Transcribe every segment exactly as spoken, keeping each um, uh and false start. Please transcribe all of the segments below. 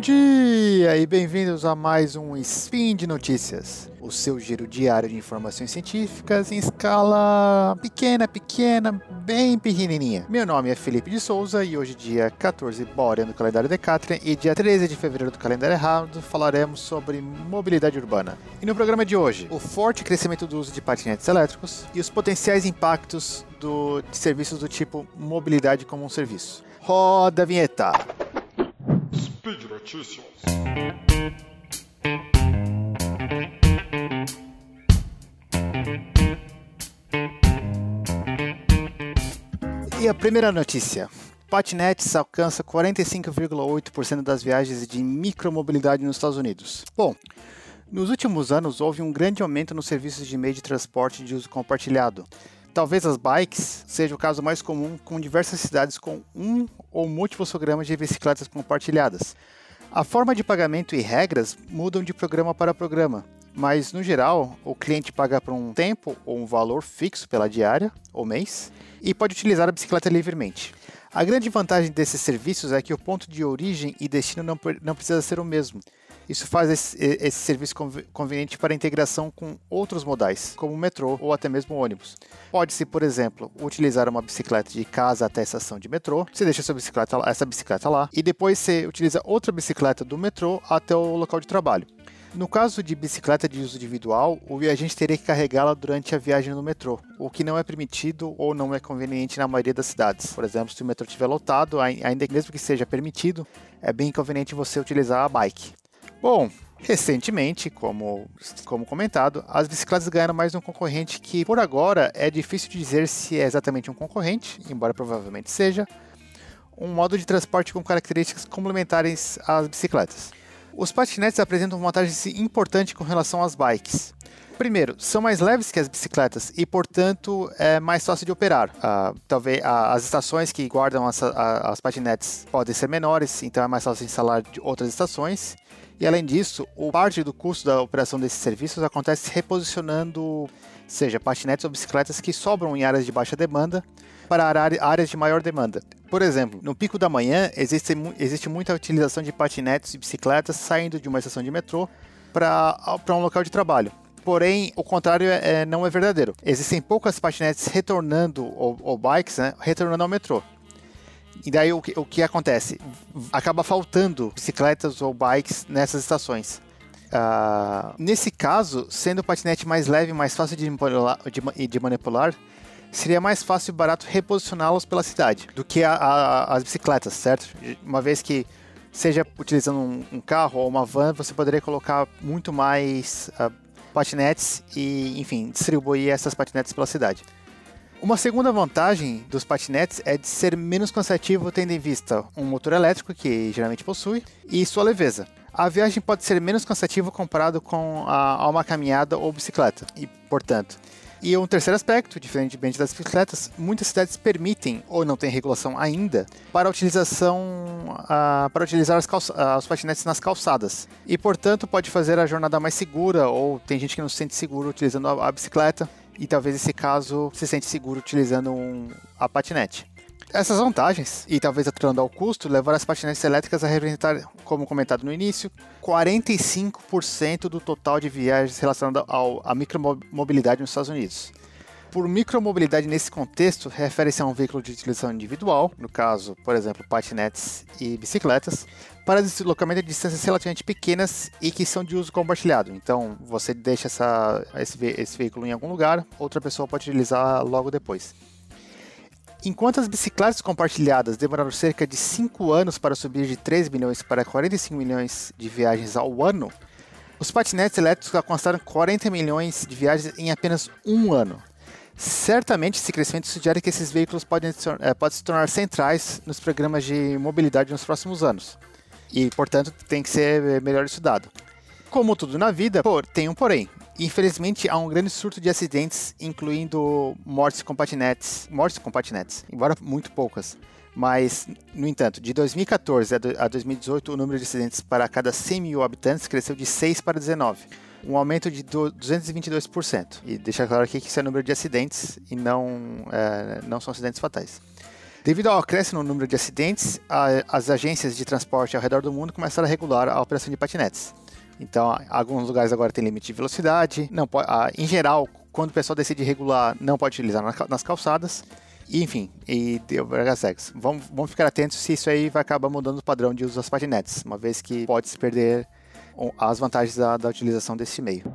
dia e bem-vindos a mais um Spin de Notícias, o seu giro diário de informações científicas em escala pequena, pequena, bem pequenininha. Meu nome é Felipe de Souza e hoje, dia quatorze Borean do calendário Decatrian e dia treze de fevereiro do calendário errado, falaremos sobre mobilidade urbana. E no programa de hoje, o forte crescimento do uso de patinetes elétricos e os potenciais impactos do, de serviços do tipo mobilidade como um serviço. Roda a vinheta! Speed Notícias. E a primeira notícia. Patinetes alcança quarenta e cinco vírgula oito por cento das viagens de micromobilidade nos Estados Unidos. Bom, nos últimos anos houve um grande aumento nos serviços de meio de transporte de uso compartilhado. Talvez as bikes seja o caso mais comum, com diversas cidades com um ou múltiplos programas de bicicletas compartilhadas. A forma de pagamento e regras mudam de programa para programa, mas no geral o cliente paga por um tempo ou um valor fixo pela diária ou mês e pode utilizar a bicicleta livremente. A grande vantagem desses serviços é que o ponto de origem e destino não, não precisa ser o mesmo. Isso faz esse, esse serviço conveniente para integração com outros modais, como o metrô ou até mesmo o ônibus. Pode-se, por exemplo, utilizar uma bicicleta de casa até a estação de metrô, você deixa essa bicicleta, essa bicicleta lá, e depois você utiliza outra bicicleta do metrô até o local de trabalho. No caso de bicicleta de uso individual, o viajante teria que carregá-la durante a viagem no metrô, o que não é permitido ou não é conveniente na maioria das cidades. Por exemplo, se o metrô estiver lotado, ainda mesmo que seja permitido, é bem conveniente você utilizar a bike. Bom, recentemente, como, como comentado, as bicicletas ganharam mais um concorrente que, por agora, é difícil de dizer se é exatamente um concorrente, embora provavelmente seja, um modo de transporte com características complementares às bicicletas. Os patinetes apresentam vantagens importantes com relação às bikes. Primeiro, são mais leves que as bicicletas e, portanto, é mais fácil de operar. Uh, talvez uh, as estações que guardam as, uh, as patinetes podem ser menores, então é mais fácil instalar de outras estações. E, além disso, o parte do custo da operação desses serviços acontece reposicionando, seja patinetes ou bicicletas que sobram em áreas de baixa demanda para áreas de maior demanda. Por exemplo, no pico da manhã, existe, existe muita utilização de patinetes e bicicletas saindo de uma estação de metrô para um local de trabalho. Porém, o contrário é, não é verdadeiro. Existem poucas patinetes retornando, ou, ou bikes, né, retornando ao metrô. E daí o que, o que acontece? Acaba faltando bicicletas ou bikes nessas estações. Uh, nesse caso, sendo o patinete mais leve e mais fácil de manipular, de, de manipular, seria mais fácil e barato reposicioná-los pela cidade do que a, a, as bicicletas, certo? Uma vez que, seja utilizando um, um carro ou uma van, você poderia colocar muito mais uh, patinetes e, enfim, distribuir essas patinetes pela cidade. Uma segunda vantagem dos patinetes é de ser menos cansativo, tendo em vista um motor elétrico, que geralmente possui, e sua leveza. A viagem pode ser menos cansativa comparado com a, a uma caminhada ou bicicleta, e portanto... E um terceiro aspecto, diferentemente das bicicletas, muitas cidades permitem, ou não têm regulação ainda, para a utilização, uh, para utilizar as calça- uh, os patinetes nas calçadas. E, portanto, pode fazer a jornada mais segura, ou tem gente que não se sente seguro utilizando a, a bicicleta, e talvez nesse caso se sente seguro utilizando um, a patinete. Essas vantagens, e talvez atrelando ao custo, levaram as patinetes elétricas a representar, como comentado no início, quarenta e cinco por cento do total de viagens relacionadas ao, à micromobilidade nos Estados Unidos. Por micromobilidade nesse contexto, refere-se a um veículo de utilização individual, no caso, por exemplo, patinetes e bicicletas, para deslocamento de distâncias relativamente pequenas e que são de uso compartilhado. Então, você deixa essa, esse, ve- esse veículo em algum lugar, outra pessoa pode utilizar logo depois. Enquanto as bicicletas compartilhadas demoraram cerca de cinco anos para subir de três milhões para quarenta e cinco milhões de viagens ao ano, os patinetes elétricos alcançaram quarenta milhões de viagens em apenas um ano. Certamente, esse crescimento sugere que esses veículos podem, é, podem se tornar centrais nos programas de mobilidade nos próximos anos. E, portanto, tem que ser melhor estudado. Como tudo na vida, por, tem um porém. Infelizmente, há um grande surto de acidentes, incluindo mortes com patinetes, mortes com patinetes, embora muito poucas. Mas, no entanto, de dois mil e catorze a dois mil e dezoito, o número de acidentes para cada cem mil habitantes cresceu de seis para dezenove, um aumento de duzentos e vinte e dois por cento. E deixa claro aqui que isso é o número de acidentes e não, é, não são acidentes fatais. Devido ao acréscimo no número de acidentes, a, as agências de transporte ao redor do mundo começaram a regular a operação de patinetes. Então, alguns lugares agora têm limite de velocidade. Não pode, ah, em geral, quando o pessoal decide regular, não pode utilizar nas calçadas. E, enfim, e deu cegas. Vamos, vamos ficar atentos se isso aí vai acabar mudando o padrão de uso das patinetes, uma vez que pode se perder as vantagens da, da utilização desse meio.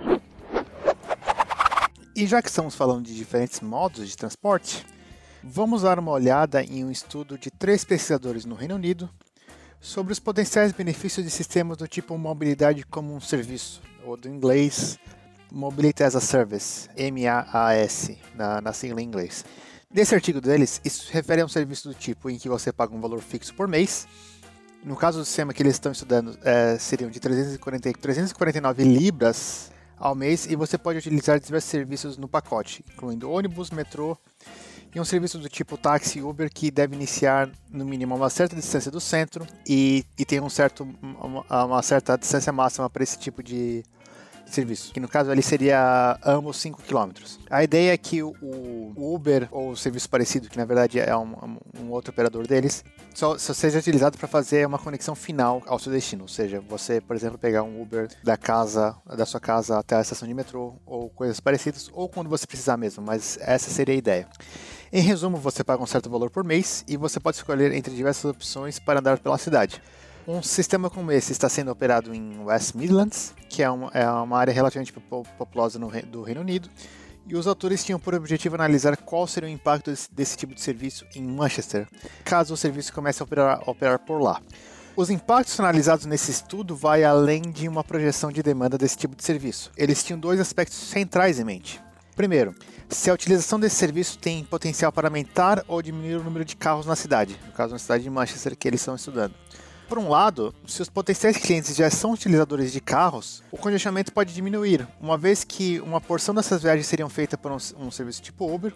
E já que estamos falando de diferentes modos de transporte, vamos dar uma olhada em um estudo de três pesquisadores no Reino Unido sobre os potenciais benefícios de sistemas do tipo mobilidade como um serviço, ou do inglês Mobility as a Service, M A A S, na, na sigla em inglês. Nesse artigo deles, isso se refere a um serviço do tipo em que você paga um valor fixo por mês. No caso do sistema que eles estão estudando, é, seriam de trezentos e quarenta, trezentos e quarenta e nove libras ao mês, e você pode utilizar diversos serviços no pacote, incluindo ônibus, metrô e um serviço do tipo táxi Uber que deve iniciar no mínimo uma certa distância do centro e, e tem um certo, uma, uma certa distância máxima para esse tipo de serviço, que no caso ali seria ambos cinco quilômetros. A ideia é que o Uber, ou o serviço parecido, que na verdade é um, um outro operador deles, só, só seja utilizado para fazer uma conexão final ao seu destino, ou seja, você, por exemplo, pegar um Uber da casa, da sua casa até a estação de metrô, ou coisas parecidas, ou quando você precisar mesmo, mas essa seria a ideia. Em resumo, você paga um certo valor por mês e você pode escolher entre diversas opções para andar pela cidade. Um sistema como esse está sendo operado em West Midlands, que é uma, é uma área relativamente populosa no, do Reino Unido, e os autores tinham por objetivo analisar qual seria o impacto desse, desse tipo de serviço em Manchester, caso o serviço comece a operar, a operar por lá. Os impactos analisados nesse estudo vai além de uma projeção de demanda desse tipo de serviço. Eles tinham dois aspectos centrais em mente. Primeiro, se a utilização desse serviço tem potencial para aumentar ou diminuir o número de carros na cidade, no caso na cidade de Manchester que eles estão estudando. Por um lado, se os potenciais clientes já são utilizadores de carros, o congestionamento pode diminuir, uma vez que uma porção dessas viagens seriam feitas por um, um serviço tipo Uber,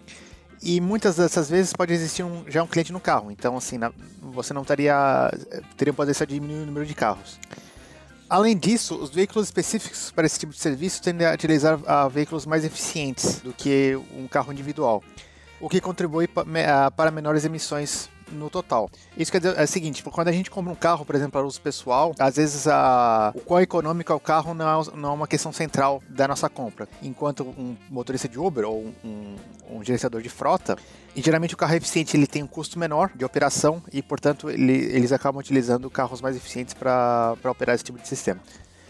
e muitas dessas vezes pode existir um, já um cliente no carro, então assim, na, você não teria, teria um potencial de diminuir o número de carros. Além disso, os veículos específicos para esse tipo de serviço tendem a utilizar uh, veículos mais eficientes do que um carro individual, o que contribui pa, me, uh, para menores emissões no total. Isso quer dizer é o seguinte, tipo, quando a gente compra um carro, por exemplo, para uso pessoal, às vezes a, o quão econômico é o carro não é, não é uma questão central da nossa compra. Enquanto um motorista de Uber ou um, um, um gerenciador de frota, e geralmente o carro eficiente ele tem um custo menor de operação e, portanto, ele, eles acabam utilizando carros mais eficientes para operar esse tipo de sistema.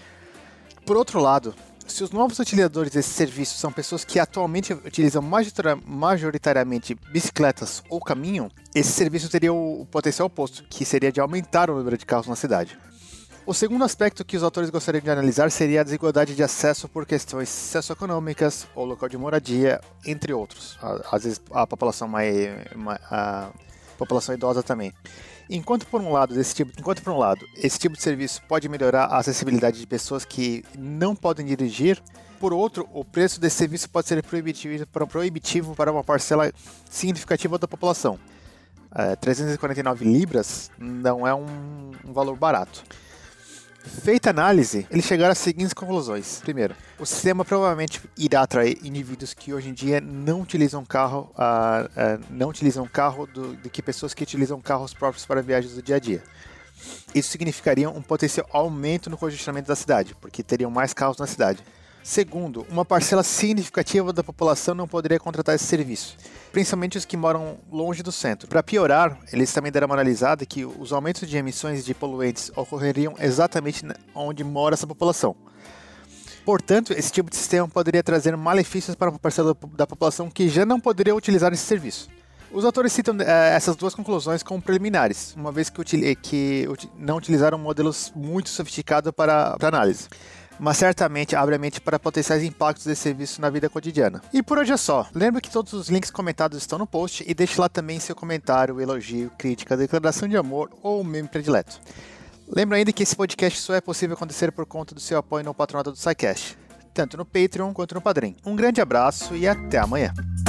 Por outro lado, se os novos utilizadores desse serviço são pessoas que atualmente utilizam majoritariamente bicicletas ou caminham, esse serviço teria o potencial oposto, que seria de aumentar o número de carros na cidade. O segundo aspecto que os autores gostariam de analisar seria a desigualdade de acesso por questões socioeconômicas ou local de moradia, entre outros. Às vezes a população, mais, a população idosa também. Enquanto por um lado, esse tipo, enquanto por um lado, esse tipo de serviço pode melhorar a acessibilidade de pessoas que não podem dirigir, por outro, o preço desse serviço pode ser proibitivo, proibitivo para uma parcela significativa da população. É, trezentos e quarenta e nove libras não é um, um valor barato. Feita a análise, eles chegaram às seguintes conclusões. Primeiro, o sistema provavelmente irá atrair indivíduos que hoje em dia não utilizam carro, uh, uh, não utilizam carro do, do que pessoas que utilizam carros próprios para viagens do dia a dia. Isso significaria um potencial aumento no congestionamento da cidade, porque teriam mais carros na cidade. Segundo, uma parcela significativa da população não poderia contratar esse serviço, principalmente os que moram longe do centro. Para piorar, eles também deram uma analisada que os aumentos de emissões de poluentes ocorreriam exatamente onde mora essa população. Portanto, esse tipo de sistema poderia trazer malefícios para uma parcela da população que já não poderia utilizar esse serviço. Os autores citam uh, essas duas conclusões como preliminares, uma vez que, util- que util- não utilizaram modelos muito sofisticados para, para análise, mas certamente abre a mente para potenciais impactos desse serviço na vida cotidiana. E por hoje é só. Lembre que todos os links comentados estão no post e deixe lá também seu comentário, elogio, crítica, declaração de amor ou meme predileto. Lembra ainda que esse podcast só é possível acontecer por conta do seu apoio no patronato do SciCast, tanto no Patreon quanto no Padrim. Um grande abraço e até amanhã.